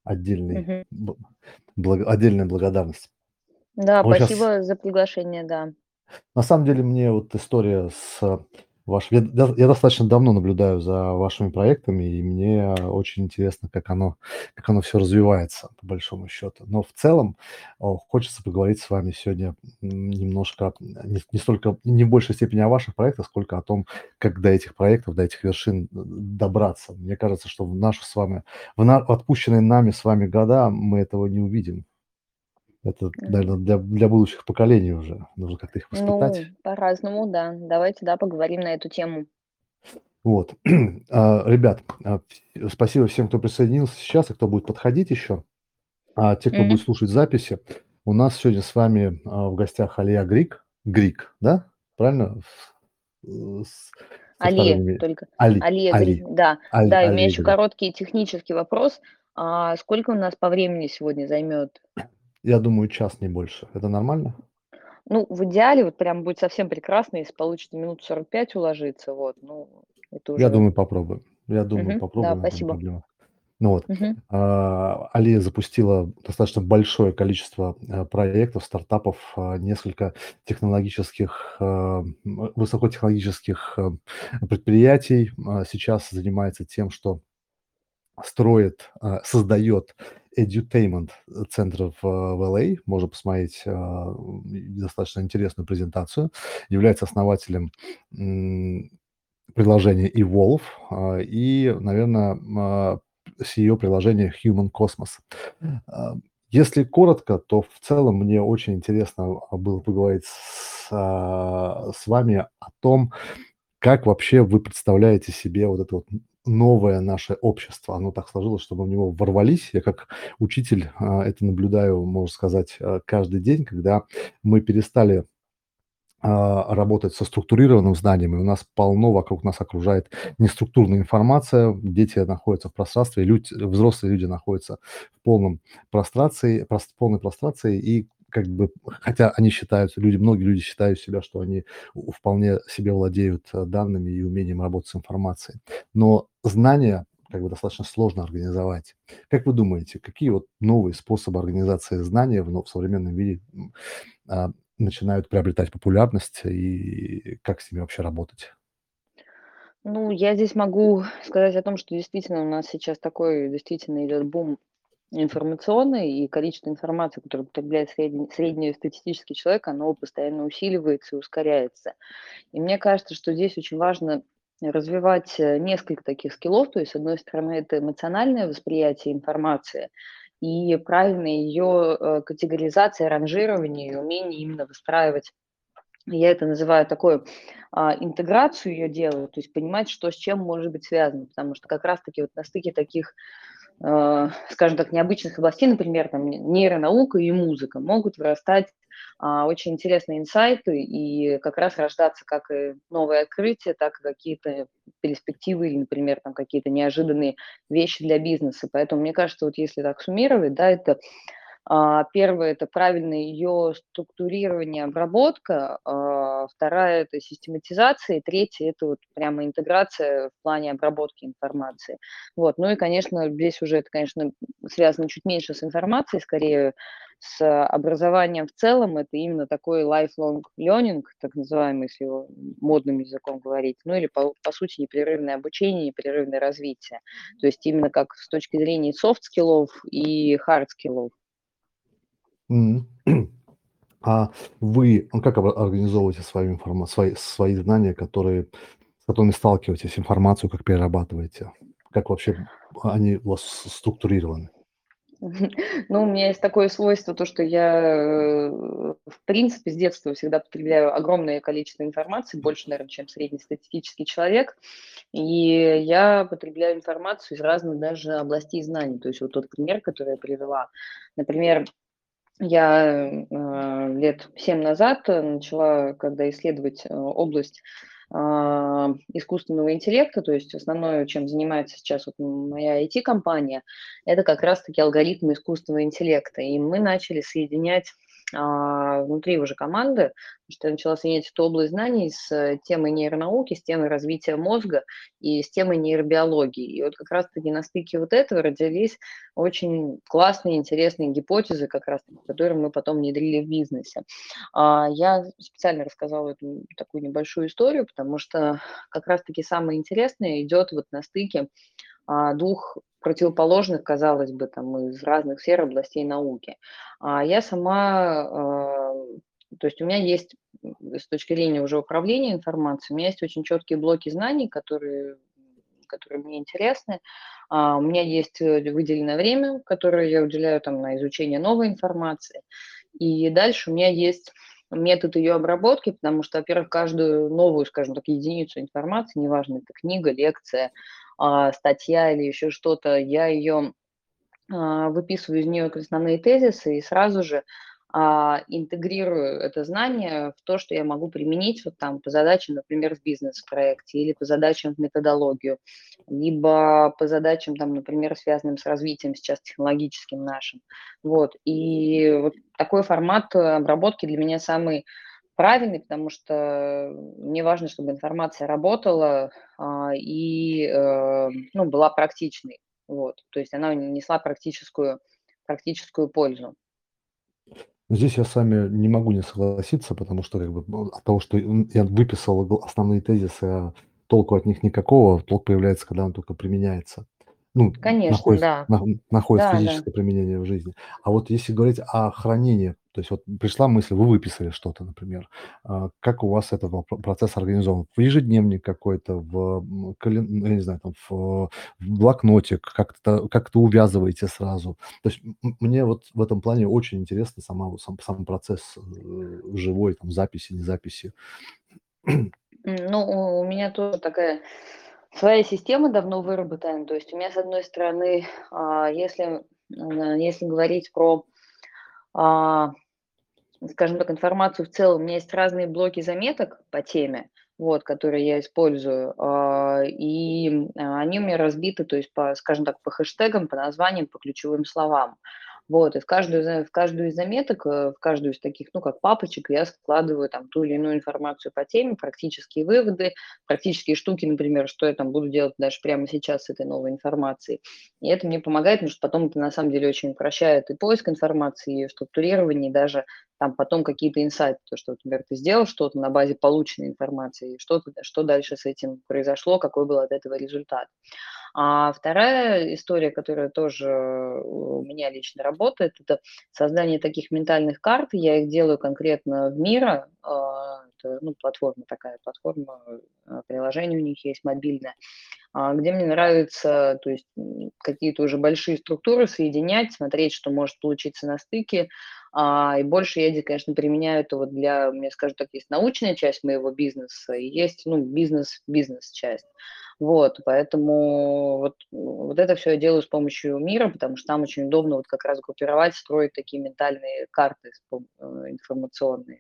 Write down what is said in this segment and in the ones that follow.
отдельный, Мгм. отдельная благодарность. Да, Вы щас спасибо за приглашение, да. На самом деле мне вот история с вашей я достаточно давно наблюдаю за вашими проектами, и мне очень интересно, как оно все развивается, по большому счету. Но в целом, хочется поговорить с вами сегодня, немножко не столько, не в большей степени о ваших проектах, сколько о том, как до этих проектов, до этих вершин добраться. Мне кажется, что в нашу с вами в отпущенные нами с вами года мы этого не увидим. Это, Мгм. наверно, для будущих поколений уже. Нужно как-то их воспитать. Ну, по-разному, да. Давайте, да, поговорим на эту тему. Вот. Ребят, спасибо всем, кто присоединился сейчас и кто будет подходить еще. А те, кто будет Мгм. слушать записи, у нас сегодня с вами, в гостях Алия Грик. Грик, да? Правильно? Со вторым Али, именем. только Али, Али Агри, Али, да. Али Да, и у меня Али еще Грик. короткий технический вопрос. Сколько у нас по времени сегодня займет? Я думаю, час, не больше. Это нормально? Ну, в идеале, вот прям будет совсем прекрасно, если получится минут 45 уложиться, вот, ну, это Я уже. думаю, попробуем. Я думаю, Да, попробуем, это не спасибо. проблема. Ну вот, Мгм. Алия запустила достаточно большое количество, проектов, стартапов, несколько технологических, высокотехнологических, предприятий. Сейчас занимается тем, что строит, создает edutainment центр в LA. Можно посмотреть, достаточно интересную презентацию. Является основателем, приложения Evolve, и, наверное, CEO приложения Human Cosmos. А, Если коротко, то в целом мне очень интересно было поговорить с вами о том, как вообще вы представляете себе вот это вот новое наше общество. Оно так сложилось, что мы в него ворвались. Я как учитель это наблюдаю, можно сказать, каждый день, когда мы перестали работать со структурированным знанием, и у нас полно вокруг нас окружает неструктурная информация. Дети находятся в пространстве, взрослые люди находятся в полной прострации, и как бы, хотя они считают, многие люди считают себя, что они вполне себе владеют данными и умением работать с информацией. Но знания как бы достаточно сложно организовать. Как вы думаете, какие вот новые способы организации знания в современном мире а, начинают приобретать популярность, и как с ними вообще работать? Ну, я здесь могу сказать о том, что действительно у нас сейчас такой действительно идет бум информационный, и количество информации, которое потребляет среднестатистический человек, оно постоянно усиливается и ускоряется. И мне кажется, что здесь очень важно развивать несколько таких скиллов. То есть, с одной стороны, это эмоциональное восприятие информации и правильная ее категоризация, ранжирование и умение именно выстраивать, я это называю такой, интеграцию ее делаю, то есть понимать, что с чем может быть связано. Потому что как раз таки вот на стыке таких, скажем так, необычных областей, например, там нейронаука и музыка, могут вырастать, очень интересные инсайты и как раз рождаться как и новые открытия, так и какие-то перспективы или, например, там какие-то неожиданные вещи для бизнеса. Поэтому мне кажется, вот если так суммировать, да, это первое — это правильное ее структурирование, обработка, вторая — это систематизация, и третья — это вот прямо интеграция в плане обработки информации. Вот. Ну и, конечно, здесь уже это, конечно, связано чуть меньше с информацией, скорее с образованием в целом. Это именно такой lifelong learning, так называемый, если его модным языком говорить, ну или по сути непрерывное обучение, непрерывное развитие. То есть именно как с точки зрения soft-скиллов и hard-скиллов. М. А вы, как организовываете свои знания, с которыми сталкиваетесь, информацию как перерабатываете? Как вообще они у вас структурированы? Ну, у меня есть такое свойство, то, что я, в принципе, с детства всегда потребляю огромное количество информации, больше, наверное, чем среднестатистический человек. И я потребляю информацию из разных даже областей знаний. То есть вот тот пример, который я привела. Например, я, лет 7 назад начала, когда исследовать, область, искусственного интеллекта. То есть основное, чем занимается сейчас вот моя IT-компания, это как раз таки алгоритмы искусственного интеллекта. И мы начали соединять внутри уже команды, потому что я начала соединять эту область знаний с темой нейронауки, с темой развития мозга и с темой нейробиологии. И вот как раз-таки на стыке вот этого родились очень классные, интересные гипотезы, как раз-таки, которые мы потом внедрили в бизнесе. Я специально рассказала эту такую небольшую историю, потому что как раз-таки самое интересное идет вот на стыке двух противоположных, казалось бы, там из разных сфер областей науки. Я сама, то есть у меня есть с точки зрения уже управления информацией, у меня есть очень четкие блоки знаний, которые мне интересны. У меня есть выделенное время, которое я уделяю там на изучение новой информации. И дальше у меня есть метод ее обработки, потому что, во-первых, каждую новую, скажем так, единицу информации, неважно, это книга, лекция, статья или еще что-то, я ее выписываю из нее основные тезисы и сразу же интегрирую это знание в то, что я могу применить вот там по задачам, например, в бизнес-проекте или по задачам в методологию, либо по задачам, там, например, связанным с развитием сейчас технологическим нашим. Вот. И вот такой формат обработки для меня самый правильный, потому что мне важно, чтобы информация работала ну, была практичной. Вот, то есть она несла практическую пользу. Здесь я с вами не могу не согласиться, потому что как бы, от того, что, я выписал основные тезисы, а толку от них никакого. Толк появляется, когда он только применяется. Ну, Конечно, находит да. находит Да, да. физическое применение в жизни. А вот если говорить о хранении, то есть вот пришла мысль, вы выписали что-то, например. Как у вас этот процесс организован? В ежедневник какой-то, ну, я не знаю, там, в блокнотик, как-то увязываете сразу? То есть мне вот в этом плане очень интересно сам процесс, живой, там, записи, не записи. Ну, у меня тоже такая своя система давно выработана. То есть у меня, с одной стороны, если говорить про, а, скажем так, информацию в целом, у меня есть разные блоки заметок по теме, вот, которые я использую, они у меня разбиты, то есть по, скажем так, по хэштегам, по названиям, по ключевым словам. Вот, и в каждую из заметок, в каждую из таких, ну, как папочек, я складываю там ту или иную информацию по теме, практические выводы, практические штуки, например, что я там буду делать даже прямо сейчас с этой новой информацией. И это мне помогает, потому что потом это на самом деле очень упрощает и поиск информации, и структурирование, и даже там потом какие-то инсайты, то, что, например, ты сделал что-то на базе полученной информации, что дальше с этим произошло, какой был от этого результат. А вторая история, которая тоже у меня лично работает, это создание таких ментальных карт. Я их делаю конкретно в Мира. Это, ну, платформа, приложение у них есть мобильное, где мне нравится, то есть какие-то уже большие структуры соединять, смотреть, что может получиться на стыке. И больше я, конечно, применяю это вот для, мне скажу так, есть научная часть моего бизнеса и есть, ну, бизнес-часть. Вот, поэтому вот это все я делаю с помощью Мира, потому что там очень удобно вот как раз группировать, строить такие ментальные карты информационные.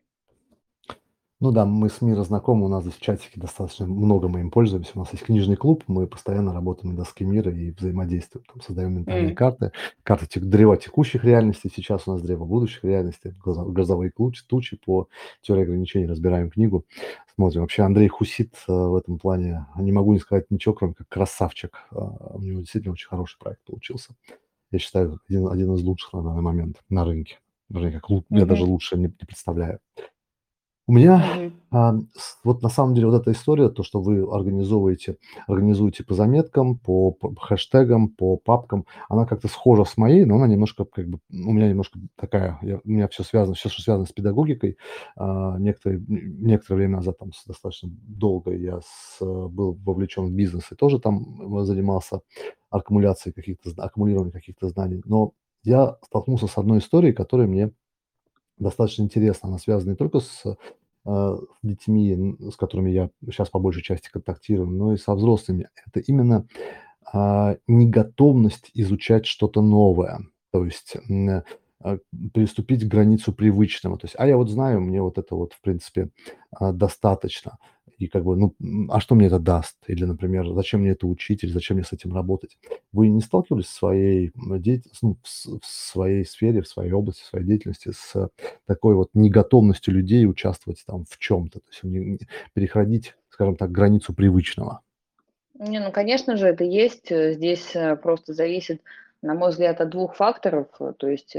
Ну да, мы с МИРом знакомы, у нас здесь в чатике достаточно много мы им пользуемся. У нас есть книжный клуб, мы постоянно работаем на доске мира и взаимодействуем. Там создаем ментальные карты древа текущих реальностей, сейчас у нас древо будущих реальностей, грозовые тучи по теории ограничений, разбираем книгу, смотрим. Вообще Андрей Хусит в этом плане, не могу не сказать ничего, кроме как красавчик. У него действительно очень хороший проект получился. Я считаю, один из лучших на данный момент на рынке. Даже как я даже Мгм. лучше не представляю. У меня, Мгм. вот на самом деле вот эта история, то, что вы организуете по заметкам, по хэштегам, по папкам, она как-то схожа с моей, но она немножко как бы, у меня немножко такая, у меня все, что связано с педагогикой. Некоторое время назад, там, достаточно долго был вовлечен в бизнес и тоже там занимался аккумулированием каких-то знаний. Но я столкнулся с одной историей, которая мне достаточно интересно. Она связана не только с детьми, с которыми я сейчас по большей части контактирую, но и со взрослыми. Это именно, неготовность изучать что-то новое. То есть, переступить границу привычного. То есть: "А я вот знаю, мне вот это вот, в принципе, достаточно". и как бы, ну, а что мне это даст? Или, например, зачем мне это учить, или зачем мне с этим работать? Вы не сталкивались в своей, ну, в своей сфере, в своей области, в своей деятельности с такой вот неготовностью людей участвовать там в чем-то, то есть переходить, скажем так, границу привычного? Не, ну, конечно же, это есть. Здесь, просто зависит, на мой взгляд, от двух факторов. То есть,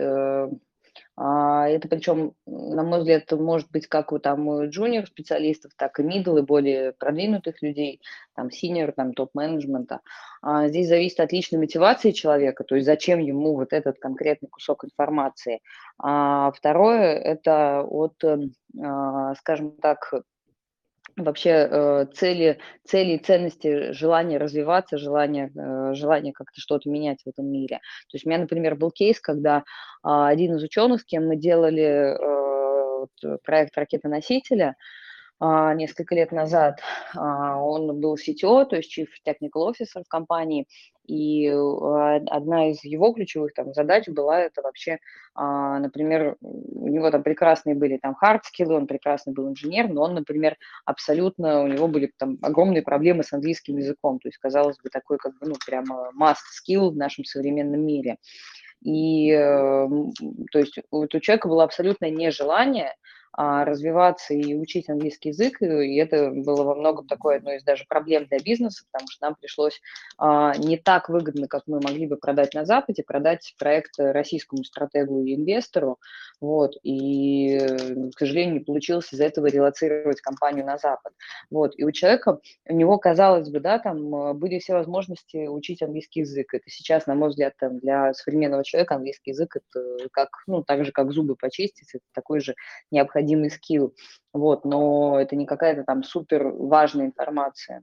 это причем, на мой взгляд, это может быть как у там у джуниор-специалистов, так и middle, и более продвинутых людей, там senior, там топ-менеджмента. Здесь зависит от личной мотивации человека, то есть зачем ему вот этот конкретный кусок информации. Второе- это от, скажем так, вообще, цели и ценности, желание развиваться, желание как-то что-то менять в этом мире. То есть у меня, например, был кейс, когда, один из ученых, с кем мы делали, проект ракетоносителя, несколько лет назад. Он был CTO, то есть Chief Technical Officer в компании, и одна из его ключевых там задач была это вообще, например, у него там прекрасные были там hard skills, он прекрасный был инженер, но он, например, абсолютно, у него были там огромные проблемы с английским языком, то есть, казалось бы, такой как бы, ну, прямо must skill в нашем современном мире. И, то есть вот у человека было абсолютное нежелание, развиваться и учить английский язык, и это было во многом такой одной из даже проблем для бизнеса, потому что нам пришлось, не так выгодно, как мы могли бы продать на Западе, продать проект российскому стратегу и инвестору. Вот, и, к сожалению, не получилось из-за этого релоцировать компанию на Запад. Вот, и у человека, у него, казалось бы, да, там, были все возможности учить английский язык. Это сейчас, на мой взгляд, там, для современного человека английский язык- это как, ну, так же, как зубы почистить, это такой же необходимый скилл. Вот, но это не какая-то там супер важная информация,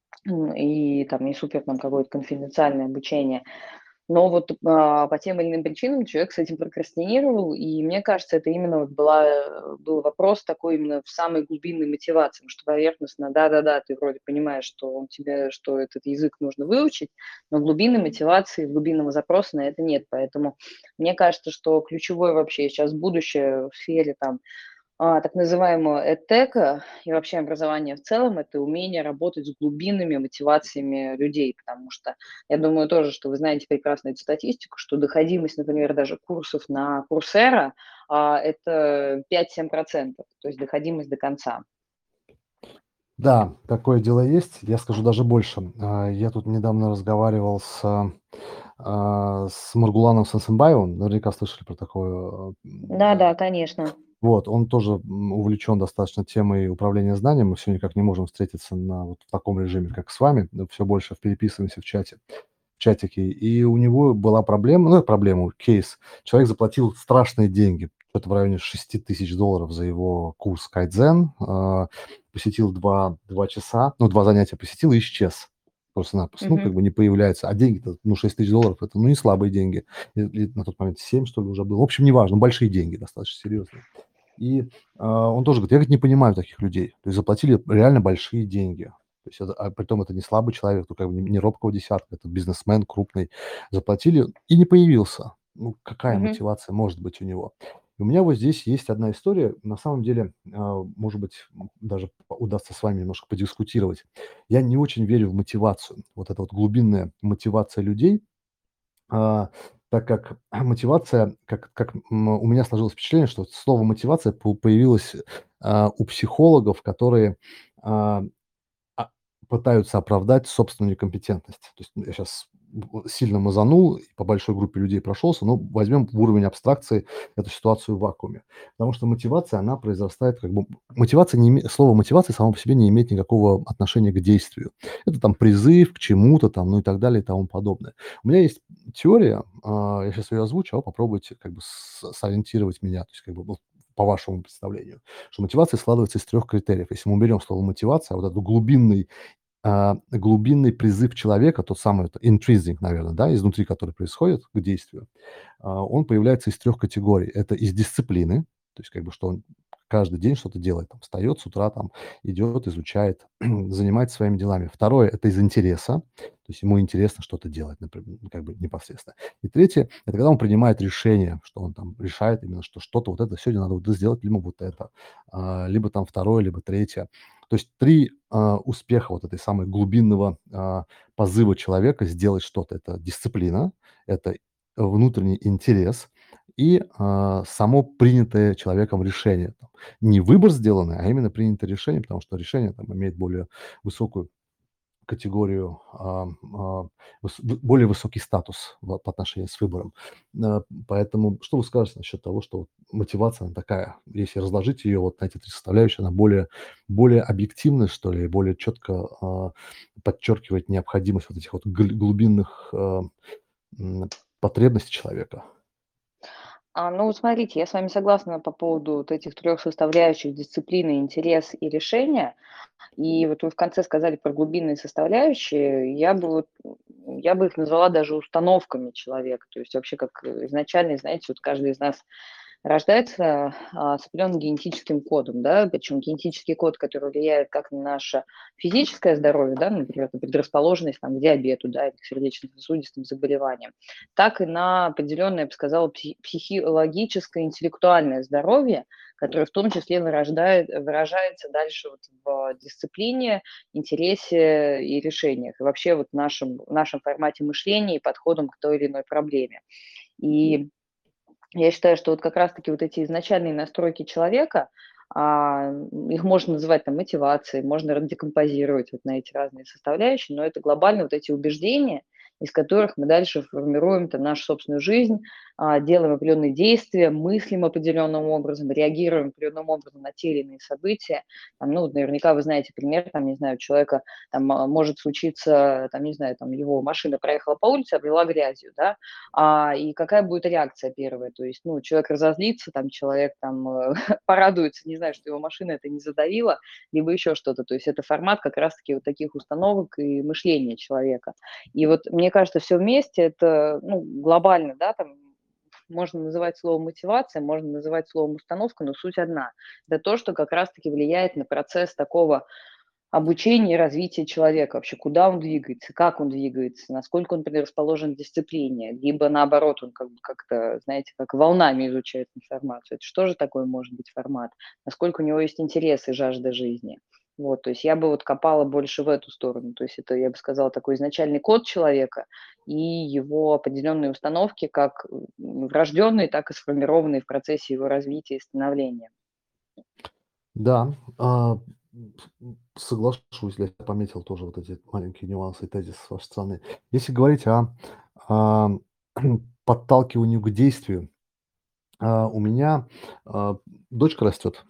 и там не супер там какое-то конфиденциальное обучение. Но вот, по тем или иным причинам человек с этим прокрастинировал, и мне кажется, это именно вот был вопрос такой именно в самой глубинной мотивации, потому что поверхностно, да-да-да, ты вроде понимаешь, что этот язык нужно выучить, но глубинной мотивации, глубинного запроса на это нет. Поэтому мне кажется, что ключевое вообще сейчас будущее в сфере там так называемого эдтека и вообще образования в целом- это умение работать с глубинными мотивациями людей. Потому что я думаю тоже, что вы знаете прекрасно эту статистику, что доходимость, например, даже курсов на Coursera, это 5-7%, то есть доходимость до конца. Да, такое дело есть. Я скажу даже больше. Я тут недавно разговаривал с Маргуланом Сансенбаевым. Наверняка слышали про такое. Да-да, конечно. Вот, он тоже, увлечен достаточно темой управления знанием. Мы все никак не можем встретиться на вот в таком режиме, как с вами, но всё больше переписываемся в чатике. И у него была проблема, ну, проблема, кейс. Человек заплатил страшные деньги, что-то в районе $6000 за его курс кайдзен, посетил два часа, ну, 2 занятия посетил и исчез просто-напросто. Ну, как Мгм. бы не появляется. А деньги-то, ну, $6000 - это, ну, не слабые деньги. И на тот момент 7, что ли, уже было. В общем, неважно, большие деньги, достаточно серьезные. И, он тоже говорит: "Я, говорит, не понимаю таких людей". То есть заплатили реально большие деньги. То есть это, притом это не слабый человек, ну, как бы не робкого десятка, это бизнесмен крупный. Заплатили и не появился. Ну, какая Мгм. мотивация может быть у него? И у меня вот здесь есть одна история. На самом деле, может быть, даже удастся с вами немножко подискутировать. Я не очень верю в мотивацию. Вот эта вот глубинная мотивация людей, а, так как мотивация, у меня сложилось впечатление, что слово мотивация появилось, у психологов, которые, а, а, пытаются оправдать собственную некомпетентность. То есть, я сейчас сильно мазанул, и по большой группе людей прошелся, но возьмем в уровень абстракции эту ситуацию в вакууме. Потому что мотивация, она произрастает как бы мотивация не име слово мотивация само по себе не имеет никакого отношения к действию. Это там призыв к чему-то там, ну и так далее и тому подобное. У меня есть теория, я сейчас ее озвучу, а вы попробуйте как бы сориентировать меня, то есть как бы вот по вашему представлению, что мотивация складывается из трех критериев. Если мы уберем слово мотивация, вот этот глубинный призыв человека, тот самый это intrinsic, наверное, да, изнутри, который происходит к действию, он появляется из трех категорий. Это из дисциплины, то есть как бы что он каждый день что-то делает, там, встает с утра, там, идет, изучает, занимается своими делами. Второе — это из интереса, то есть ему интересно что-то делать, например, ну, как бы непосредственно. И третье — это когда он принимает решение, что он там решает именно, что что-то вот это сегодня надо вот сделать, либо вот это, либо там второе, либо третье. То есть 3 успеха вот этой самой глубинного, позыва человека сделать что-то. Это дисциплина, это внутренний интерес и, само принятое человеком решение. Там не выбор сделанный, а именно принятое решение, потому что решение там имеет более высокую категорию, более высокий статус по отношению с выбором. Поэтому что вы скажете насчет того, что вот мотивация, она такая, если разложить ее вот на эти 3 составляющие, она более объективная, что ли, более четко подчеркивает необходимость вот этих вот глубинных, потребностей человека? Ну, вот смотрите, я с вами согласна по поводу вот этих трех составляющих: дисциплины, интерес и решение. И вот вы в конце сказали про глубинные составляющие. Я бы их назвала даже установками человека. То есть вообще как изначально, знаете, вот каждый из нас рождается, с определенным генетическим кодом, да, причем генетический код, который влияет как на наше физическое здоровье, да, например, на предрасположенность там, к диабету, да, или к сердечно-сосудистым заболеваниям, так и на определенное, я бы сказала, психологическое, интеллектуальное здоровье, которое в том числе выражается дальше вот в дисциплине, интересе и решениях, и вообще вот в нашем формате мышления и подходом к той или иной проблеме. И я считаю, что вот как раз-таки вот эти изначальные настройки человека, их можно называть там мотивацией, можно декомпозировать вот на эти разные составляющие, но это глобально вот эти убеждения, из которых мы дальше формируем там нашу собственную жизнь, делаем определенные действия, мыслим определенным образом, реагируем определенным образом на те или иные события. Там, ну, вот наверняка вы знаете пример, там, не знаю, у человека там может случиться, там, не знаю, там его машина проехала по улице, облила грязью, да, и какая будет реакция первая? То есть, ну, человек разозлится, там, человек там порадуется, не знаю, что его машина это не задавила, либо еще что-то. То есть это формат как раз-таки вот таких установок и мышления человека. И вот мне кажется, все вместе это, ну, глобально, да, там можно называть словом мотивация, можно называть словом установка, но суть одна. Это то, что как раз-таки влияет на процесс такого обучение и развитие человека, вообще куда он двигается, как он двигается, насколько он предрасположен к дисциплине, либо наоборот, он как бы как-то, знаете, как волнами изучает информацию. Это что же такое может быть формат? Насколько у него есть интерес и жажда жизни? Вот, то есть я бы вот копала больше в эту сторону. То есть это, я бы сказала, такой изначальный код человека и его определенные установки, как врожденные, так и сформированные в процессе его развития и становления. Да, соглашусь, я пометил тоже вот эти маленькие нюансы и тезисы с вашей стороны. Если говорить о, а, подталкивании к действию, у меня, дочка растет,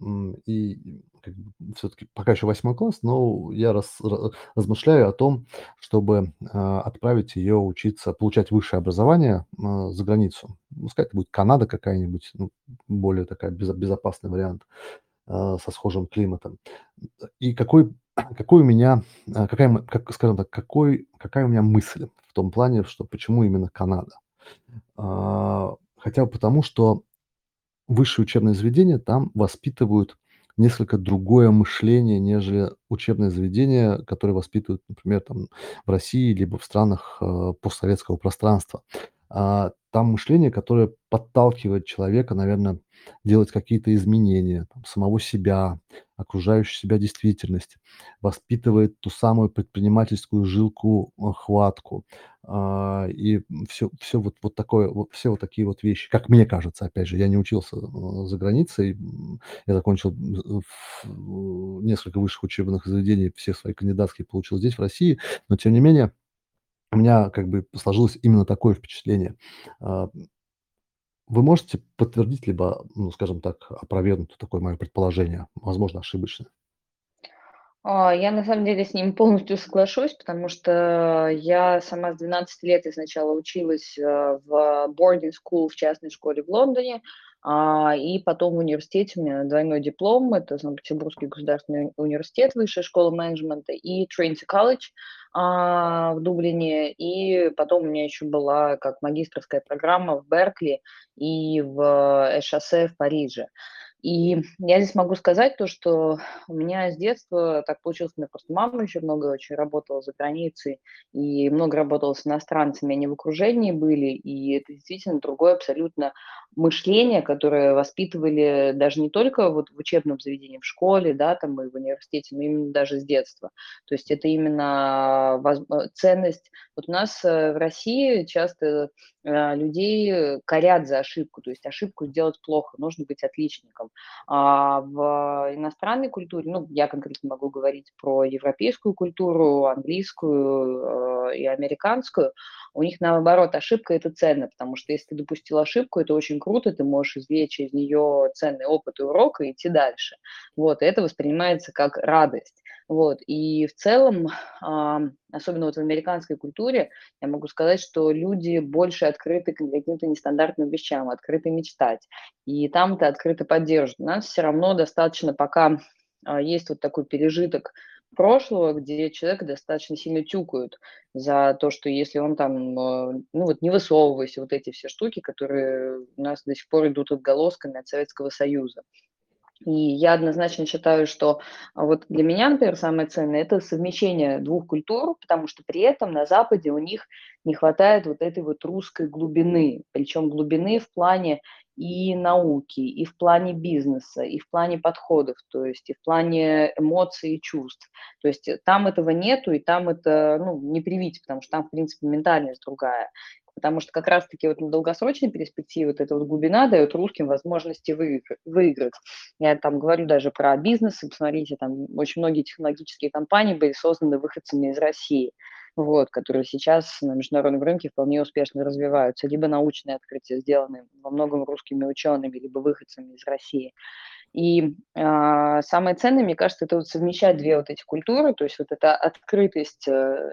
и как бы всё-таки пока еще 8 класс, но я размышляю о том, чтобы, отправить ее учиться, получать высшее образование, за границу. Пускай это будет Канада какая-нибудь, ну, более такая безопасный вариант, со схожим климатом. И какой у меня, как, скажем так, какая у меня мысль в том плане, что почему именно Канада? Хотя бы потому, что высшие учебные заведения там воспитывают несколько другое мышление, нежели учебные заведения, которые воспитывают, например, там в России либо в странах, постсоветского пространства. Там мышление, которое подталкивает человека, наверное, делать какие-то изменения, там, самого себя, окружающей себя действительность, воспитывает ту самую предпринимательскую жилку, хватку. И все вот такое, вот все вот такие вот вещи, как мне кажется, опять же, я не учился, за границей, я закончил, несколько высших учебных заведений, все свои кандидатские получил здесь, в России, но тем не менее у меня как бы сложилось именно такое впечатление. А, Вы можете подтвердить либо, ну, скажем так, опровергнуть такое мое предположение, возможно, ошибочное? Я на самом деле с ним полностью соглашусь, потому что я сама с 12 лет сначала училась в boarding school в частной школе в Лондоне, и потом в университете у меня двойной диплом, это Санкт-Петербургский государственный университет, высшая школа менеджмента и Trinity College в Дублине, и потом у меня еще была как магистрская программа в Беркли и в HSE в Париже. И я здесь могу сказать то, что у меня с детства так получилось, у меня просто мама еще много очень работала за границей и много работала с иностранцами, они в окружении были, и это действительно другое абсолютно мышление, которое воспитывали даже не только вот в учебном заведении, в школе, да, там и в университете, но именно даже с детства. То есть это именно ценность. Вот у нас в России часто людей корят за ошибку, то есть ошибку сделать плохо, нужно быть отличником. А в иностранной культуре, ну, я конкретно могу говорить про европейскую культуру, английскую и американскую, у них наоборот ошибка – это ценно, потому что если ты допустил ошибку, это очень круто, ты можешь извлечь из нее ценный опыт и урок и идти дальше. Вот, и это воспринимается как радость. Вот, и в целом, особенно вот в американской культуре, я могу сказать, что люди больше открыты к каким-то нестандартным вещам, открыты мечтать. И там это открыто поддерживают. У нас все равно достаточно пока есть вот такой пережиток прошлого, где человека достаточно сильно тюкают за то, что если он там, ну вот не высовывайся, вот эти все штуки, которые у нас до сих пор идут отголосками от Советского Союза. И я однозначно считаю, что вот для меня, например, самое ценное – это совмещение двух культур, потому что при этом на Западе у них не хватает вот этой вот русской глубины, причем глубины в плане и науки, и в плане бизнеса, и в плане подходов, то есть и в плане эмоций и чувств. То есть там этого нету, и там это, ну, не привить, потому что там, в принципе, ментальность другая. Потому что как раз-таки вот на долгосрочной перспективе вот эта вот глубина дает русским возможности выиграть. Я там говорю даже про бизнес, и посмотрите, там очень многие технологические компании были созданы выходцами из России, вот, которые сейчас на международном рынке вполне успешно развиваются. Либо научные открытия, сделанные во многом русскими учеными, либо выходцами из России. И самое ценное, мне кажется, это вот совмещать две вот эти культуры, то есть вот эта открытость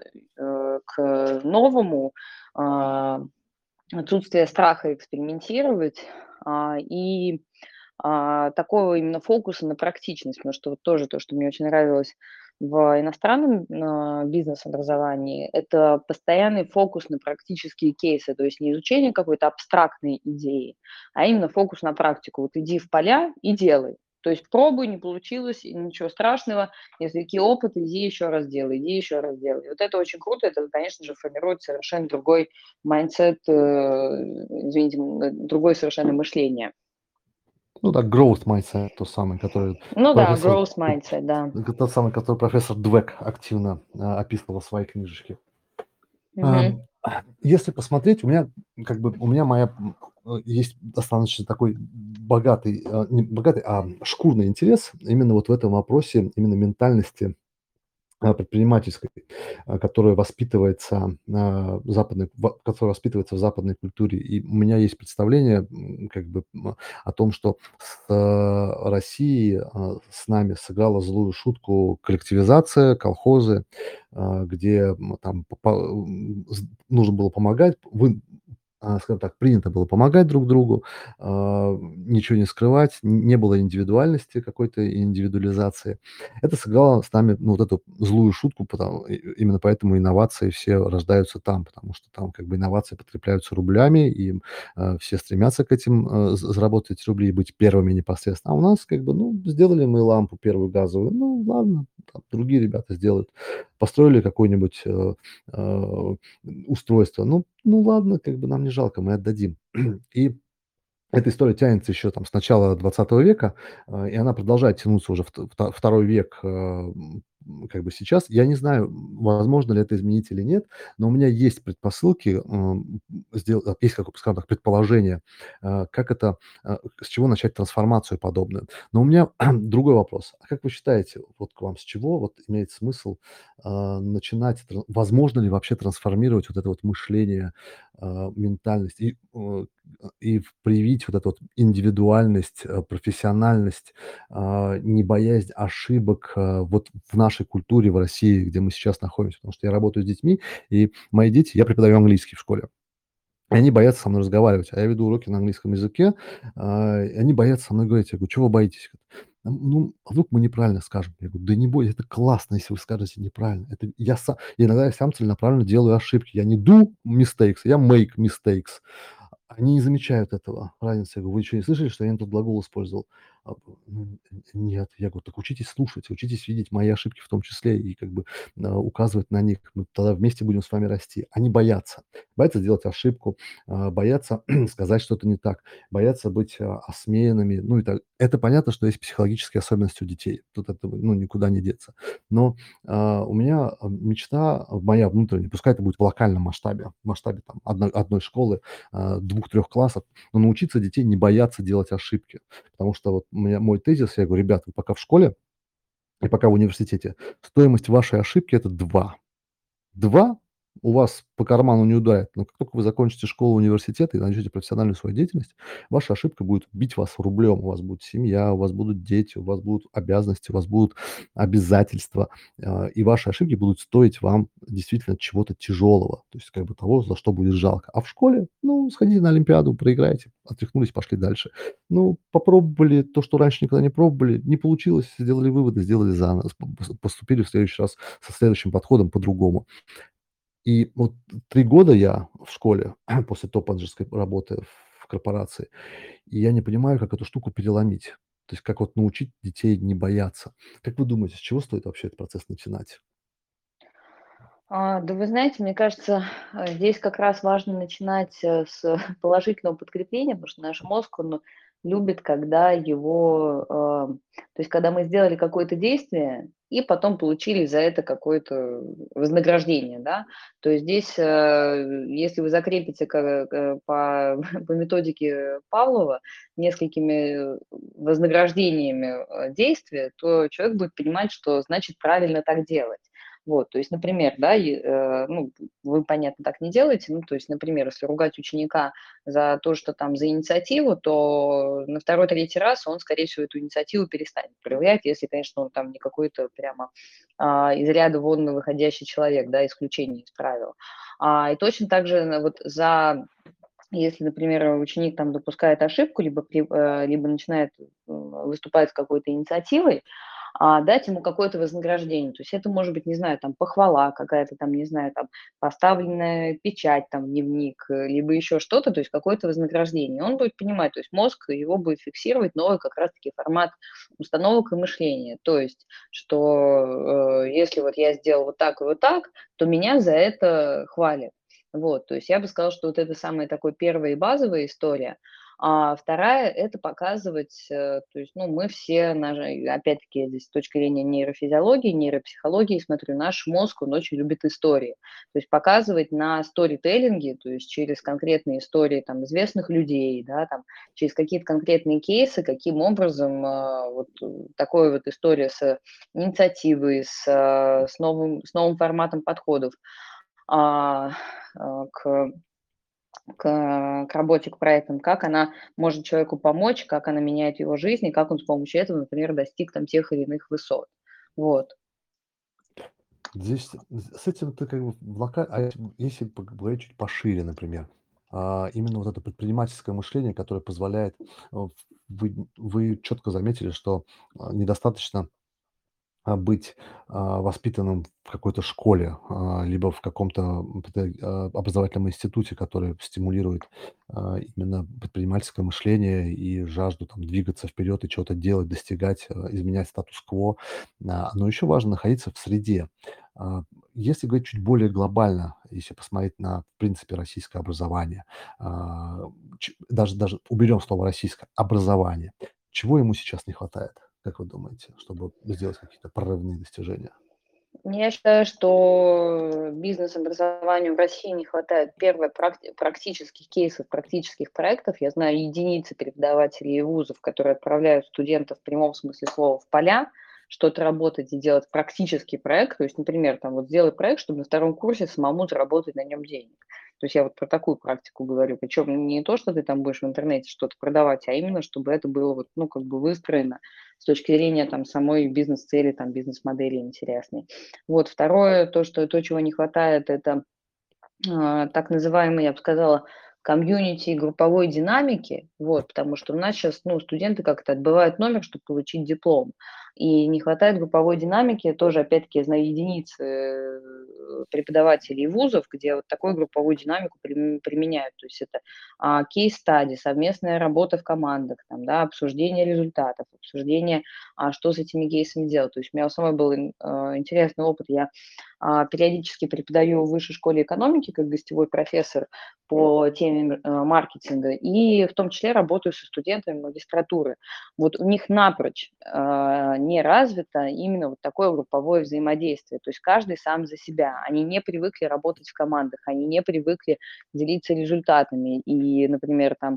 к новому, а, отсутствие страха экспериментировать и такого именно фокуса на практичность, потому что вот тоже то, что мне очень нравилось в иностранном бизнес-образовании, это постоянный фокус на практические кейсы, то есть не изучение какой-то абстрактной идеи, а именно фокус на практику. Вот иди в поля и делай. То есть пробуй, не получилось, и ничего страшного, извлеки опыт, иди еще раз делай, иди еще раз делай. И вот это очень круто, это, конечно же, формирует совершенно другой майндсет, извините, другое совершенно мышление. Ну да, growth mindset, тот самый, который Ну да, профессор, growth mindset, да. тот самый, который профессор Двек активно описывал в своей книжечке. Мгм. Если посмотреть, у меня как бы у меня есть достаточно такой богатый, не богатый, а шкурный интерес именно вот в этом вопросе, именно ментальности предпринимательской, которая воспитывается в западной культуре. И у меня есть представление, как бы, о том, что Россией, с нами сыграла злую шутку коллективизация, колхозы, где, там нужно было помогать, скажем так, принято было помогать друг другу, ничего не скрывать, не было индивидуальности какой-то, индивидуализации. Это сыграло с нами, ну, вот эту злую шутку, именно поэтому инновации все рождаются там, потому что там как бы инновации подкрепляются рублями, и все стремятся к этим, заработать эти рубли и быть первыми непосредственно. А у нас как бы, ну, сделали мы лампу первую газовую, ну, ладно, там другие ребята сделают. Построили какое-нибудь устройство, ну ладно, как бы нам не жалко, мы отдадим. И эта история тянется еще там с начала 20 века, и она продолжает тянуться уже второй век, как бы сейчас. Я не знаю, возможно ли это изменить или нет, но у меня есть предпосылки, есть, как, скажем так, предположение, как это, с чего начать трансформацию подобную. Но у меня другой вопрос. А как вы считаете, вот к вам, с чего вот имеет смысл начинать, возможно ли вообще трансформировать вот это вот мышление, ментальность и привить вот эту вот индивидуальность, профессиональность, не боязнь ошибок, вот в нашей культуре, в России, где мы сейчас находимся. Потому что я работаю с детьми, и мои дети, я преподаю английский в школе. И они боятся со мной разговаривать, а я веду уроки на английском языке, и они боятся со мной говорить. Я говорю: "Чего вы боитесь?" "Ну, а вдруг мы неправильно скажем?" Я говорю: "Да не бойтесь, это классно, если вы скажете неправильно. Это иногда я сам целенаправленно делаю ошибки. Я не do mistakes, я make mistakes". Они не замечают этого, разницы. Я говорю: "Вы что, не слышали, что я не тот глагол использовал?" Нет. Я говорю: "Так учитесь слушать, учитесь видеть мои ошибки в том числе и как бы, указывать на них. Мы тогда вместе будем с вами расти". Они боятся. Боятся сделать ошибку, боятся сказать что-то не так, боятся быть, осмеянными. Ну, это понятно, что есть психологические особенности у детей. Тут от этого, ну, никуда не деться. Но, у меня, мечта, моя внутренняя, пускай это будет в локальном масштабе, в масштабе там одной школы, 2-3 классов, но научиться детей не бояться делать ошибки. Потому что вот у меня мой тезис, я говорю: "Ребята, вы пока в школе и пока в университете, стоимость вашей ошибки — это 2. 2 у вас по карману не ударит, но как только вы закончите школу, университет и начнете профессиональную свою деятельность, ваша ошибка будет бить вас рублем. У вас будет семья, у вас будут дети, у вас будут обязанности, у вас будут обязательства, и ваши ошибки будут стоить вам действительно чего-то тяжелого, то есть как бы того, за что будет жалко. А в школе, ну, сходите на олимпиаду, проиграете, отряхнулись, пошли дальше. Ну, попробовали то, что раньше никогда не пробовали, не получилось, сделали выводы, сделали заново, поступили в следующий раз со следующим подходом по-другому. И вот 3 года я в школе после топ-менеджерской работы в корпорации, и я не понимаю, как эту штуку переломить. То есть как вот научить детей не бояться. Как вы думаете, с чего стоит вообще этот процесс начинать? Да вы знаете, мне кажется, здесь как раз важно начинать с положительного подкрепления, потому что наш мозг, он любит, когда его, то есть когда мы сделали какое-то действие и потом получили за это какое-то вознаграждение, да. То есть здесь, если вы закрепите по, по методике Павлова несколькими вознаграждениями действия, то человек будет понимать, что значит правильно так делать. Вот, то есть, например, да, ну, вы, понятно, так не делаете. Ну, то есть, например, если ругать ученика за то, что там за инициативу, то на второй, третий раз он, скорее всего, эту инициативу перестанет проявлять, если, конечно, он там не какой-то прямо из ряда вон выходящий человек, да, исключение из правил. И точно так же вот если, например, ученик там допускает ошибку, либо начинает выступать с какой-то инициативой, дать ему какое-то вознаграждение. То есть это может быть, не знаю, там похвала какая-то там, не знаю, там поставленная печать, там дневник, либо еще что-то, то есть какое-то вознаграждение. Он будет понимать, то есть мозг его будет фиксировать новый как раз-таки формат установок и мышления. То есть, что если вот я сделал вот так и вот так, то меня за это хвалят. Вот, то есть я бы сказала, что вот это самая такой первая и базовая история. А вторая — это показывать, то есть, ну, мы все, опять-таки, я здесь с точки зрения нейрофизиологии, нейропсихологии смотрю, наш мозг, он очень любит истории. То есть показывать на сторителлинге, то есть через конкретные истории там известных людей, да, там, через какие-то конкретные кейсы, каким образом вот такой вот история с инициативой, с новым форматом подходов а, к к работе, к проектам, как она может человеку помочь, как она меняет его жизнь, и как он с помощью этого, например, достиг там тех или иных высот. Вот. Здесь с этим ты как бы если поговорить чуть пошире, например, именно вот это предпринимательское мышление, которое позволяет, вы четко заметили, что, недостаточно быть, воспитанным в какой-то школе, либо в каком-то, образовательном институте, который стимулирует, именно предпринимательское мышление и жажду там двигаться вперед и чего то делать, достигать, изменять статус-кво. Но еще важно находиться в среде. А, Если говорить чуть более глобально, если посмотреть на, в принципе, российское образование, а, даже уберем слово "российское", образование. Чего ему сейчас не хватает, как вы думаете, чтобы сделать какие-то прорывные достижения? Я считаю, что бизнес-образованию в России не хватает, первое, практических кейсов, практических проектов. Я знаю единицы преподавателей и вузов, которые отправляют студентов в прямом смысле слова в поля, что-то работать и делать практический проект. То есть, например, там вот сделай проект, чтобы на втором курсе самому заработать на нем денег. То есть я вот про такую практику говорю. Причем не то, что ты там будешь в интернете что-то продавать, а именно, чтобы это было вот, ну, как бы выстроено с точки зрения там самой бизнес-цели, там бизнес-модели интересной. Вот второе, то, чего не хватает, это так называемой, я бы сказала, комьюнити и групповой динамики, вот, потому что у нас сейчас, ну, студенты как-то отбывают номер, чтобы получить диплом, и не хватает групповой динамики. Тоже, опять-таки, я знаю единицы преподавателей вузов, где вот такую групповую динамику применяют. То есть это кейс-стади, совместная работа в командах, там, да, обсуждение результатов, обсуждение, что с этими кейсами делать. То есть у меня у самой был интересный опыт. Я периодически преподаю в высшей школе экономики как гостевой профессор по теме маркетинга, и в том числе работаю со студентами магистратуры. Вот у них напрочь не развито именно вот такое групповое взаимодействие. То есть каждый сам за себя. Они не привыкли работать в командах, они не привыкли делиться результатами. И, например, там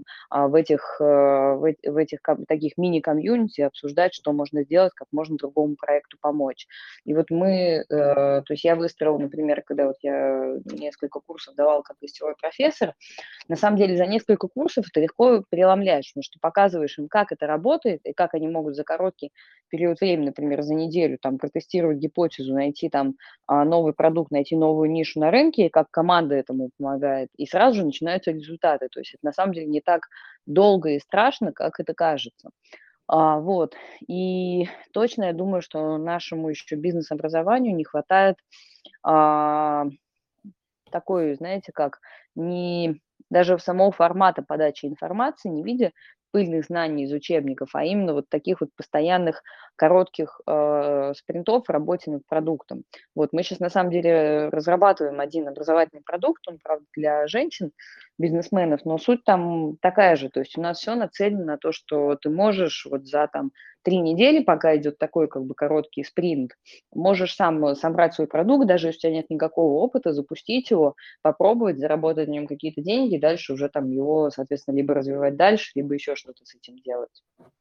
в этих таких мини-комьюнити обсуждать, что можно сделать, как можно другому проекту помочь. И вот то есть я выстроила, например, когда вот я несколько курсов давала как гостевой профессор, на самом деле за несколько курсов ты легко преломляешь, потому что показываешь им, как это работает и как они могут за короткий период времени, например, за неделю, там, протестировать гипотезу, найти там новый продукт, найти новую нишу на рынке, и как команда этому помогает. И сразу же начинаются результаты. То есть это на самом деле не так долго и страшно, как это кажется. Вот. И точно я думаю, что нашему еще бизнес-образованию не хватает а, такой, знаете, как не даже в самого формата подачи информации, не в виде пыльных знаний из учебников, а именно вот таких вот постоянных коротких спринтов в работе над продуктом. Вот мы сейчас на самом деле разрабатываем один образовательный продукт, он, правда, для женщин, бизнесменов, но суть там такая же, то есть у нас все нацелено на то, что ты можешь вот за там 3 недели, пока идет такой как бы короткий спринт, можешь сам собрать свой продукт, даже если у тебя нет никакого опыта, запустить его, попробовать, заработать на нем какие-то деньги, дальше уже там его, соответственно, либо развивать дальше, либо еще что-то с этим делать.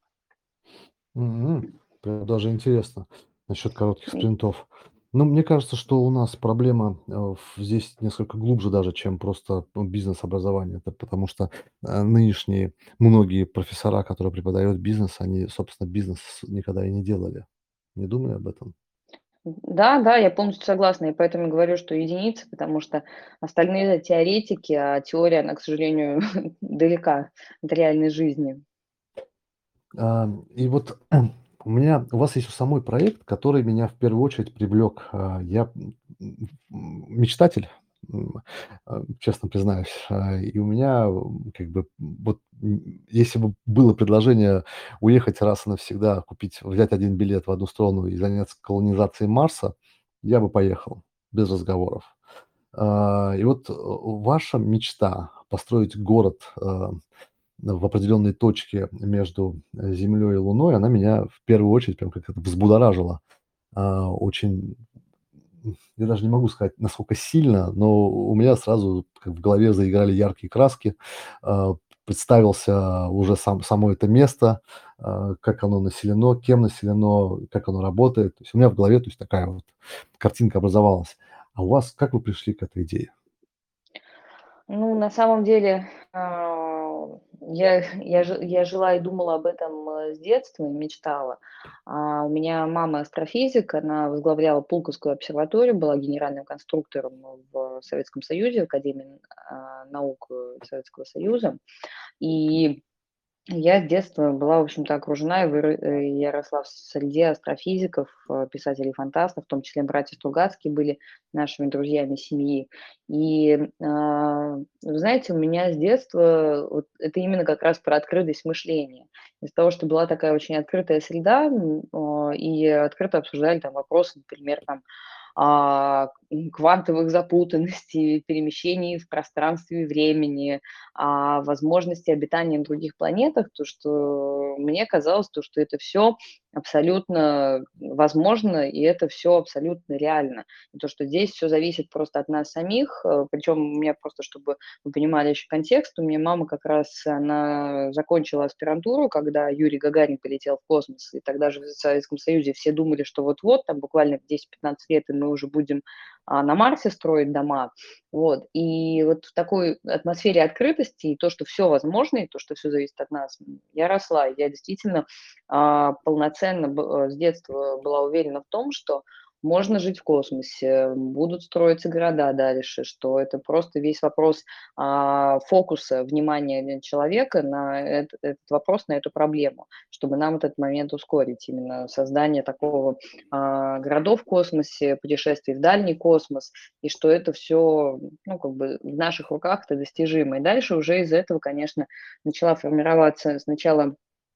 Прям даже интересно насчет коротких И спринтов. Но мне кажется, что у нас проблема, здесь несколько глубже даже, чем просто, бизнес-образование. Это потому что, нынешние многие профессора, которые преподают бизнес, они, собственно, бизнес никогда и не делали. Не думали об этом? да, да, я полностью согласна, и поэтому говорю, что единицы, потому что остальные это теоретики, а теория, она, к сожалению, далека от реальной жизни. И вот у вас есть у самой проект, который меня в первую очередь привлек. Я, мечтатель, м, честно признаюсь. И у меня, как бы, вот, если бы было предложение уехать раз и навсегда, взять один билет в одну сторону и заняться колонизацией Марса, я бы поехал без разговоров. И вот, ваша мечта построить город, в определенной точке между, Землей и Луной, она меня в первую очередь прям как это взбудоражила. Очень, я даже не могу сказать, насколько сильно, но у меня сразу как в голове заиграли яркие краски. А, Представился уже само это место, как оно населено, кем населено, как оно работает. То есть у меня в голове, то есть такая вот картинка образовалась. А у вас как вы пришли к этой идее? Ну, на самом деле, я жила и думала об этом, с детства и мечтала. У меня мама астрофизик, она возглавляла Пулковскую обсерваторию, была генеральным конструктором в Советском Союзе, Академии, наук, Советского Союза. И я с детства была, в общем-то, окружена, я росла в среде астрофизиков, писателей-фантастов, в том числе братья Стругацкие были нашими друзьями семьи. И, вы знаете, у меня с детства вот это именно как раз про открытость мышления. Из-за того, что была такая очень открытая среда, и открыто обсуждали там вопросы, например, там, квантовых запутанностей, перемещений в пространстве и времени, возможности обитания на других планетах, то, что мне казалось, то, что это все абсолютно возможно, и это все абсолютно реально. И то, что здесь все зависит просто от нас самих. Причем у меня просто, чтобы вы понимали еще контекст, у меня мама как раз, она закончила аспирантуру, когда Юрий Гагарин полетел в космос, и тогда же в Советском Союзе все думали, что вот-вот, там буквально в 10-15 лет, и мы уже будем на Марсе строить дома. Вот. И вот в такой атмосфере открытости, и то, что все возможно, и то, что все зависит от нас, я росла. Я действительно полноценно с детства была уверена в том, что можно жить в космосе, будут строиться города дальше, что это просто весь вопрос фокуса внимания человека на этот вопрос, на эту проблему, чтобы нам этот момент ускорить, именно создание такого городов в космосе, путешествий в дальний космос, и что это все, ну, как бы в наших руках это достижимо. И дальше уже из этого, конечно, начала формироваться сначала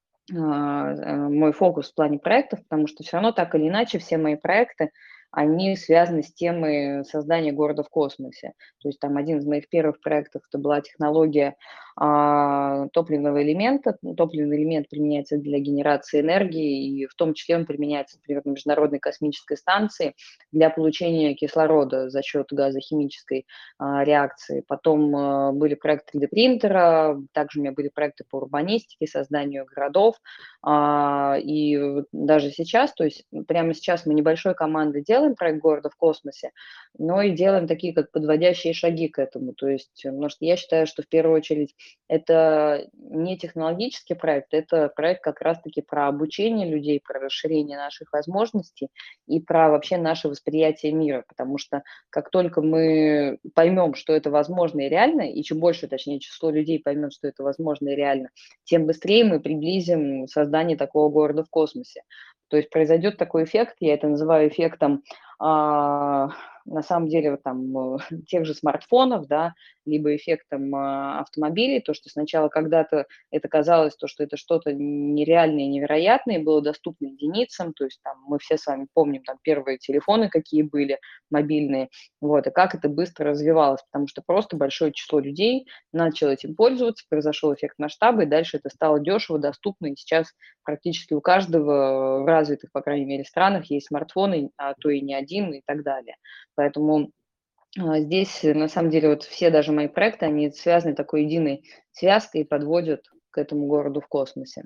мой фокус в плане проектов, потому что все равно так или иначе все мои проекты, они связаны с темой создания города в космосе. То есть там один из моих первых проектов- это была технология, топливного элемента. Топливный элемент применяется для генерации энергии, и в том числе он применяется, например, на Международной космической станции для получения кислорода за счет газохимической реакции. Потом были проекты 3D-принтера, также у меня были проекты по урбанистике, созданию городов. И вот даже сейчас, то есть прямо сейчас мы небольшой командой делаем проект города в космосе, но и делаем такие как подводящие шаги к этому. То есть, потому что я считаю, что в первую очередь это не технологический проект, это проект как раз-таки про обучение людей, про расширение наших возможностей и про вообще наше восприятие мира. Потому что как только мы поймем, что это возможно и реально, и чем больше, точнее, число людей поймет, что это возможно и реально, тем быстрее мы приблизим создание такого города в космосе. То есть произойдет такой эффект, я это называю эффектом, на самом деле, вот там, тех же смартфонов, да, либо эффектом автомобилей, то, что сначала когда-то это казалось, то, что это что-то нереальное, невероятное, было доступно единицам, то есть там мы все с вами помним там первые телефоны, какие были, мобильные, вот, и как это быстро развивалось, потому что просто большое число людей начало этим пользоваться, произошел эффект масштаба, и дальше это стало дешево, доступно, и сейчас практически у каждого в развитых, по крайней мере, странах есть смартфоны, а то и не один, и так далее. Поэтому здесь, на самом деле, вот все даже мои проекты, они связаны такой единой связкой и подводят к этому городу в космосе.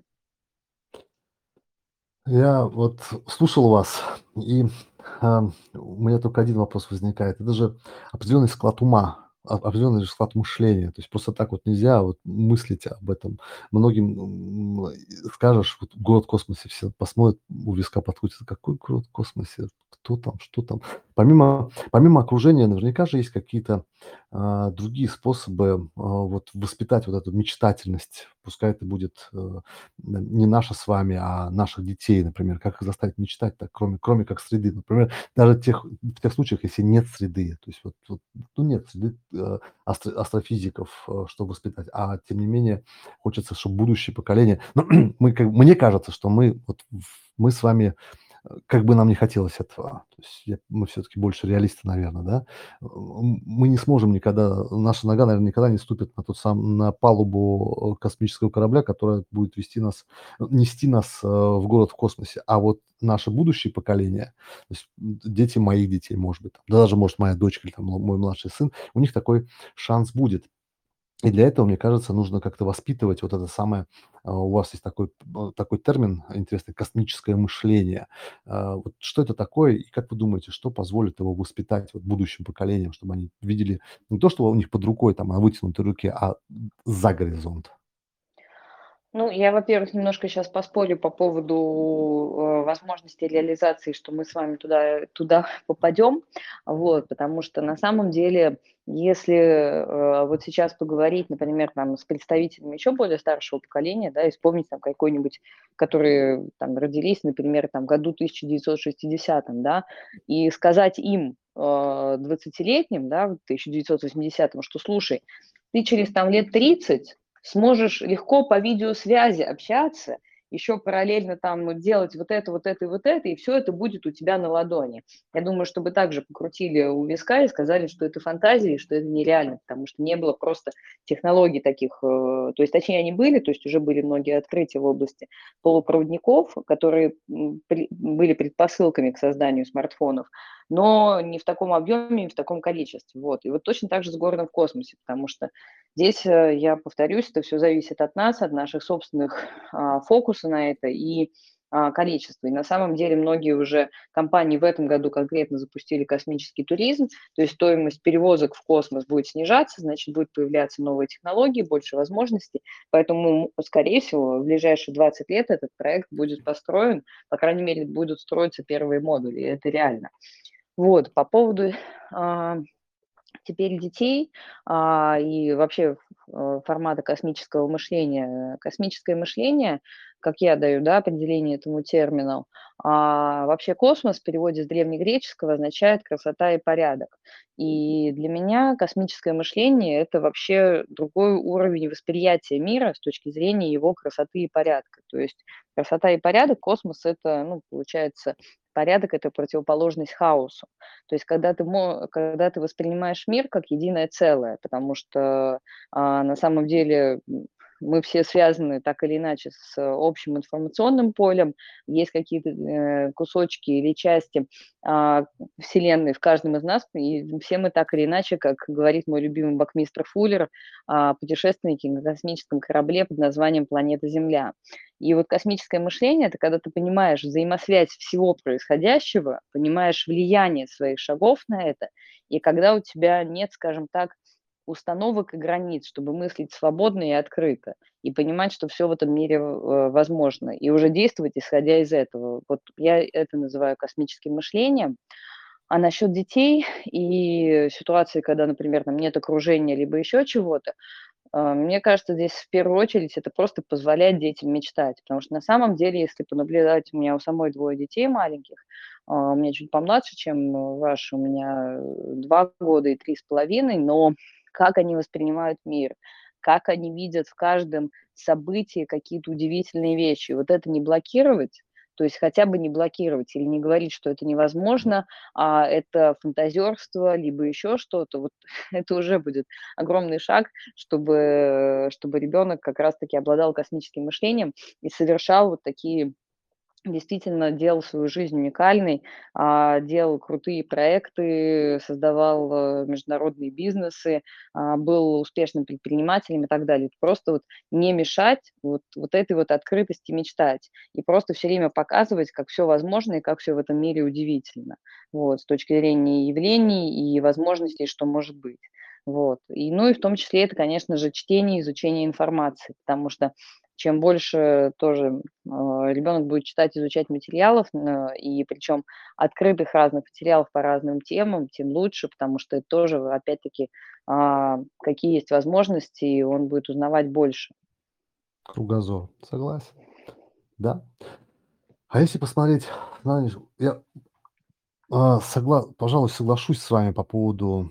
Я вот слушал вас, и, у меня только один вопрос возникает. Это же определенный склад ума, определенный же склад мышления. То есть просто так вот нельзя вот мыслить об этом. Многим, скажешь: "Вот город в космосе", все посмотрят, у виска подкрутится: "Какой город в космосе? Кто там? Что там?" Помимо окружения наверняка же есть какие-то, другие способы, вот воспитать вот эту мечтательность. Пускай это будет, не наша с вами, а наших детей, например. Как их заставить мечтать-то, кроме как среды? Например, даже в тех случаях, если нет среды. То есть вот, ну, нет среды, астрофизиков, чтобы воспитать, а тем не менее хочется, чтобы будущее поколение мы мне кажется, что мы с вами, как бы нам не хотелось этого, то есть мы все-таки больше реалисты, наверное, да, мы не сможем никогда, наша нога, наверное, никогда не ступит на палубу космического корабля, которая будет нести нас в город в космосе. А вот наше будущее поколение, то есть дети моих детей, может быть, да даже, может, моя дочка или там мой младший сын, у них такой шанс будет. И для этого, мне кажется, нужно как-то воспитывать вот это самое, у вас есть такой термин интересный — космическое мышление. Вот что это такое и как вы думаете, что позволит его воспитать вот будущим поколениям, чтобы они видели не то, что у них под рукой, там, на вытянутой руке, а за горизонт? Ну, я, во-первых, немножко сейчас поспорю по поводу возможности реализации, что мы с вами туда попадем, вот, потому что на самом деле, если вот сейчас поговорить, например, там, с представителями еще более старшего поколения, да, и вспомнить там какой-нибудь, которые там родились, например, там, году 1960, да, и сказать им, 20-летним, да, в 1980, что слушай, ты через там лет 30 сможешь легко по видеосвязи общаться, еще параллельно там делать вот это и вот это, и все это будет у тебя на ладони. Я думаю, чтобы также покрутили у виска и сказали, что это фантазия, и что это нереально, потому что не было просто технологий таких, то есть, точнее, они были, то есть уже были многие открытия в области полупроводников, которые были предпосылками к созданию смартфонов, но не в таком объеме, не в таком количестве. Вот. И вот точно так же с городом в космосе, потому что здесь, я повторюсь, это все зависит от нас, от наших собственных фокуса на это и количество. И на самом деле многие уже компании в этом году конкретно запустили космический туризм, то есть стоимость перевозок в космос будет снижаться, значит, будут появляться новые технологии, больше возможностей. Поэтому, скорее всего, в ближайшие 20 лет этот проект будет построен, по крайней мере, будут строиться первые модули, и это реально. Вот, по поводу а, теперь детей, и вообще формата космического мышления. Космическое мышление, как я даю, да, определение этому термину, вообще космос в переводе с древнегреческого означает красота и порядок. И для меня космическое мышление – это вообще другой уровень восприятия мира с точки зрения его красоты и порядка. То есть красота и порядок, космос – это, ну, получается, порядок – это противоположность хаосу. То есть когда ты воспринимаешь мир как единое целое, потому что, на самом деле, мы все связаны так или иначе с общим информационным полем. Есть какие-то, кусочки или части, Вселенной в каждом из нас, и все мы так или иначе, как говорит мой любимый бакмистр Фуллер, путешественники на космическом корабле под названием "Планета Земля". И вот космическое мышление – это когда ты понимаешь взаимосвязь всего происходящего, понимаешь влияние своих шагов на это, и когда у тебя нет, скажем так, установок и границ, чтобы мыслить свободно и открыто, и понимать, что все в этом мире возможно, и уже действовать, исходя из этого. Вот я это называю космическим мышлением. А насчет детей и ситуации, когда, например, там нет окружения либо еще чего-то, мне кажется, здесь в первую очередь это просто позволять детям мечтать, потому что на самом деле, если понаблюдать, у меня у самой двое детей маленьких, у меня чуть помладше, чем ваш, у меня 2 года и 3,5, но как они воспринимают мир, как они видят в каждом событии какие-то удивительные вещи. Вот это не блокировать, то есть хотя бы не блокировать или не говорить, что это невозможно, а это фантазерство, либо еще что-то, вот это уже будет огромный шаг, чтобы ребенок как раз-таки обладал космическим мышлением и совершал вот такие действительно делал свою жизнь уникальной, делал крутые проекты, создавал, международные бизнесы, был успешным предпринимателем и так далее. Просто вот не мешать вот этой вот открытости мечтать и просто все время показывать, как все возможно и как все в этом мире удивительно. Вот, с точки зрения явлений и возможностей, что может быть. Вот. Ну и в том числе это, конечно же, чтение, изучение информации, потому что чем больше тоже ребенок будет читать, изучать материалов, и причем открытых разных материалов по разным темам, тем лучше, потому что это тоже, опять-таки, какие есть возможности, и он будет узнавать больше. Кругозор. Согласен. Да. А если посмотреть, знаешь, я, пожалуй, соглашусь с вами по поводу,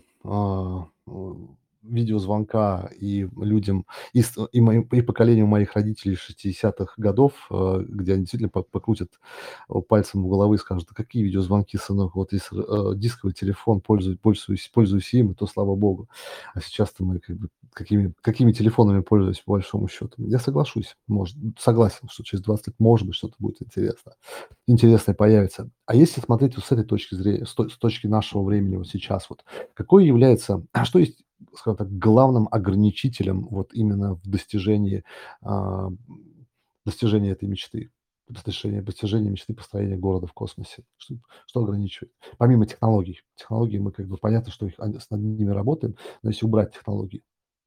видеозвонка и людям, и поколению моих родителей 60-х годов, где они действительно покрутят пальцем у головы и скажут: "Да какие видеозвонки, сынок, вот если, дисковый телефон, пользуюсь им, то слава богу". А сейчас-то мы как бы какими телефонами пользуемся, по большому счету. Я согласен, что через 20 лет, может быть, что-то будет интересное появится. А если смотреть вот с этой точки зрения, с точки нашего времени вот сейчас, вот какой является, что есть, скажем так, главным ограничителем вот именно в а, достижении этой мечты, достижения мечты построения города в космосе? Что ограничивает? Помимо технологий. Технологии мы как бы понятно, что над ними работаем, но если убрать технологии.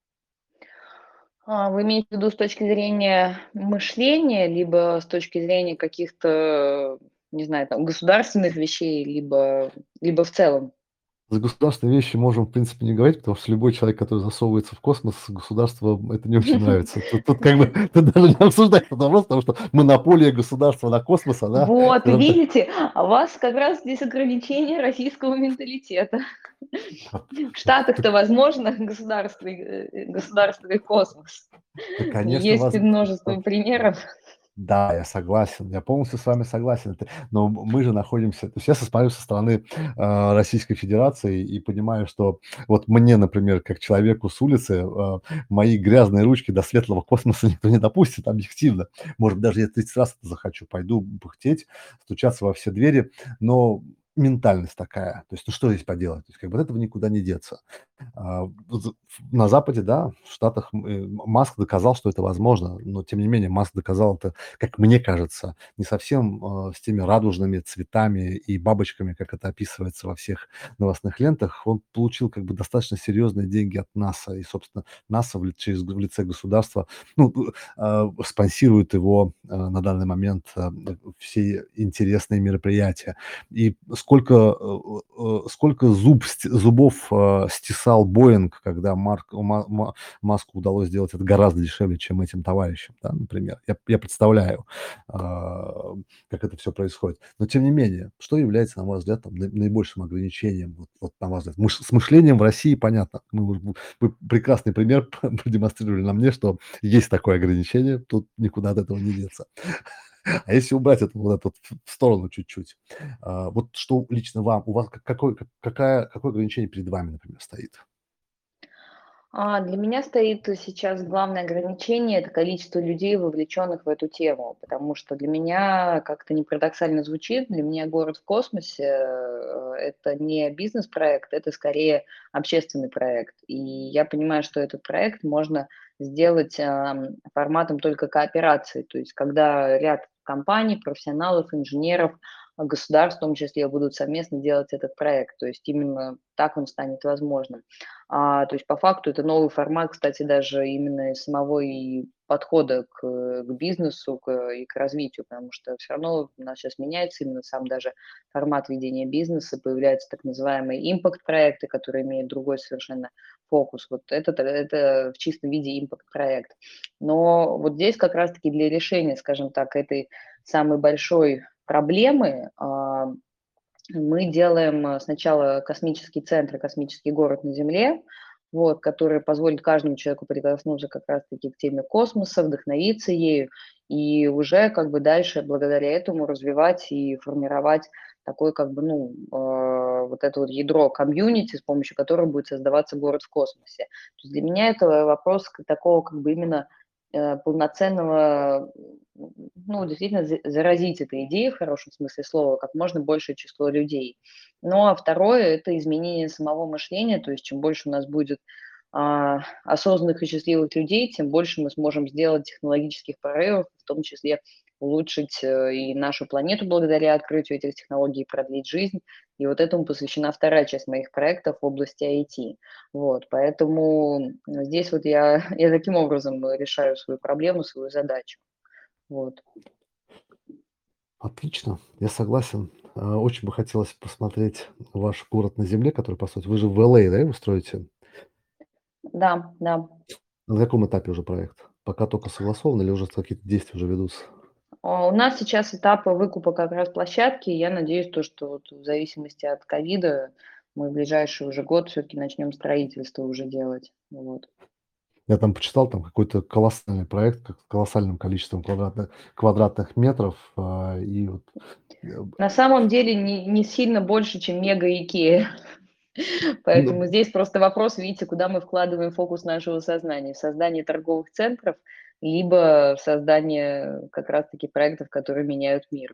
Вы имеете в виду с точки зрения мышления, либо с точки зрения каких-то, не знаю, там, государственных вещей, либо в целом? За государственные вещи можем, в принципе, не говорить, потому что любой человек, который засовывается в космос, государству это не очень нравится. Тут как бы тут даже не обсуждать этот вопрос, потому что монополия государства на космос, она, Вот, скажем так, видите, а у вас как раз здесь ограничение российского менталитета. В Штатах-то возможно государственный космос. да, конечно, Есть множество возможно. примеров. Да, я согласен, я полностью с вами согласен. Но мы же находимся, то есть я смотрю со стороны, Российской Федерации и понимаю, что вот мне, например, как человеку с улицы, мои грязные ручки до светлого космоса никто не допустит объективно. Может, даже я 30 раз это захочу, пойду пыхтеть, стучаться во все двери, но ментальность такая. То есть, ну что здесь поделать? То есть, как бы от этого никуда не деться. На Западе, да, в Штатах Маск доказал, что это возможно, но тем не менее Маск доказал это, как мне кажется, не совсем с теми радужными цветами и бабочками, как это описывается во всех новостных лентах. Он получил как бы достаточно серьезные деньги от НАСА, и, собственно, НАСА в лице государства, ну, спонсирует его на данный момент все интересные мероприятия. И сколько зубов стесал Боинг, когда Маску удалось сделать это гораздо дешевле, чем этим товарищам, да, например. Я представляю, как это все происходит. Но тем не менее, что является, на ваш взгляд, там, наибольшим ограничением, вот на ваш взгляд? С мышлением в России понятно. Вы прекрасный пример продемонстрировали на мне, что есть такое ограничение, тут никуда от этого не деться. А если убрать это вот это вот в сторону чуть-чуть, вот что лично вам, у вас какое ограничение перед вами, например, стоит? Для меня стоит сейчас главное ограничение — это количество людей, вовлеченных в эту тему, потому что для меня, как-то не парадоксально звучит, для меня город в космосе это не бизнес-проект, это скорее общественный проект. И я понимаю, что этот проект можно сделать форматом только кооперации, то есть когда ряд компаний, профессионалов, инженеров, государств в том числе будут совместно делать этот проект. То есть именно так он станет возможным. То есть по факту это новый формат, кстати, даже именно из самого и подхода к бизнесу и к развитию, потому что все равно у нас сейчас меняется именно сам даже формат ведения бизнеса, появляются так называемые импакт-проекты, которые имеют другой совершенно фокус. Вот это в чистом виде импакт-проект. Но вот здесь как раз-таки для решения, скажем так, этой самой большой проблемы мы делаем сначала космический центр, космический город на Земле, вот, который позволит каждому человеку прикоснуться как раз-таки к теме космоса, вдохновиться ею, и уже как бы дальше благодаря этому развивать и формировать такое как бы, ну, вот это вот ядро комьюнити, с помощью которого будет создаваться город в космосе. То есть для меня это вопрос такого как бы именно полноценного, ну, действительно, заразить этой идеей, в хорошем смысле слова, как можно большее число людей. Ну, а второе — это изменение самого мышления, то есть чем больше у нас будет осознанных и счастливых людей, тем больше мы сможем сделать технологических прорывов, в том числе улучшить и нашу планету благодаря открытию этих технологий, продлить жизнь. И вот этому посвящена вторая часть моих проектов в области IT. Вот, поэтому здесь вот я таким образом решаю свою проблему, свою задачу. Вот. Отлично, я согласен. Очень бы хотелось посмотреть ваш город на земле, который, по сути, вы же в LA, да, его строите? Да, да. На каком этапе уже проект? Пока только согласовано или уже какие-то действия уже ведутся? У нас сейчас этап выкупа как раз площадки. Я надеюсь, то, что вот в зависимости от ковида мы в ближайший уже год все-таки начнем строительство уже делать. Вот. Я там почитал, там какой-то колоссальный проект, как с колоссальным количеством квадратных метров, и вот, э, На самом деле не сильно больше, чем мега Икея. ну, Поэтому здесь просто вопрос, видите, куда мы вкладываем фокус нашего сознания: в создание торговых центров, либо в создание как раз-таки проектов, которые меняют мир.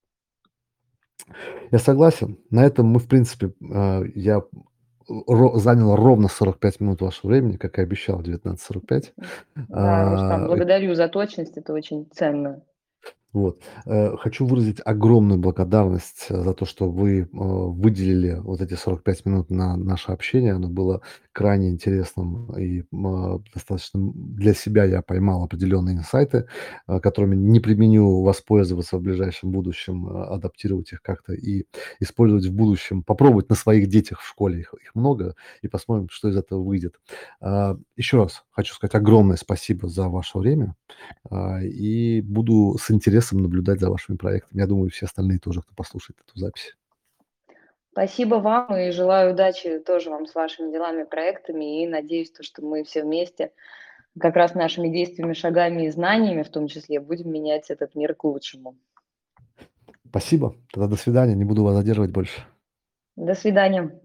я согласен. На этом мы, в принципе, я занял ровно 45 минут вашего времени, как и обещал, 19:45. Да уж, там А, благодарю за точность, это очень ценно. Вот. Хочу выразить огромную благодарность за то, что вы выделили вот эти 45 минут на наше общение. Оно было крайне интересным и достаточно для себя я поймал определенные инсайты, которыми не применю воспользоваться в ближайшем будущем, адаптировать их как-то и использовать в будущем, попробовать на своих детях в школе. Их много, и посмотрим, что из этого выйдет. Еще раз хочу сказать огромное спасибо за ваше время. И буду с интересом наблюдать за вашими проектами. Я думаю, все остальные тоже, кто послушает эту запись. Спасибо вам и желаю удачи тоже вам с вашими делами, проектами. И надеюсь, то, что мы все вместе как раз нашими действиями, шагами и знаниями в том числе будем менять этот мир к лучшему. Спасибо. Тогда до свидания. Не буду вас задерживать больше. До свидания.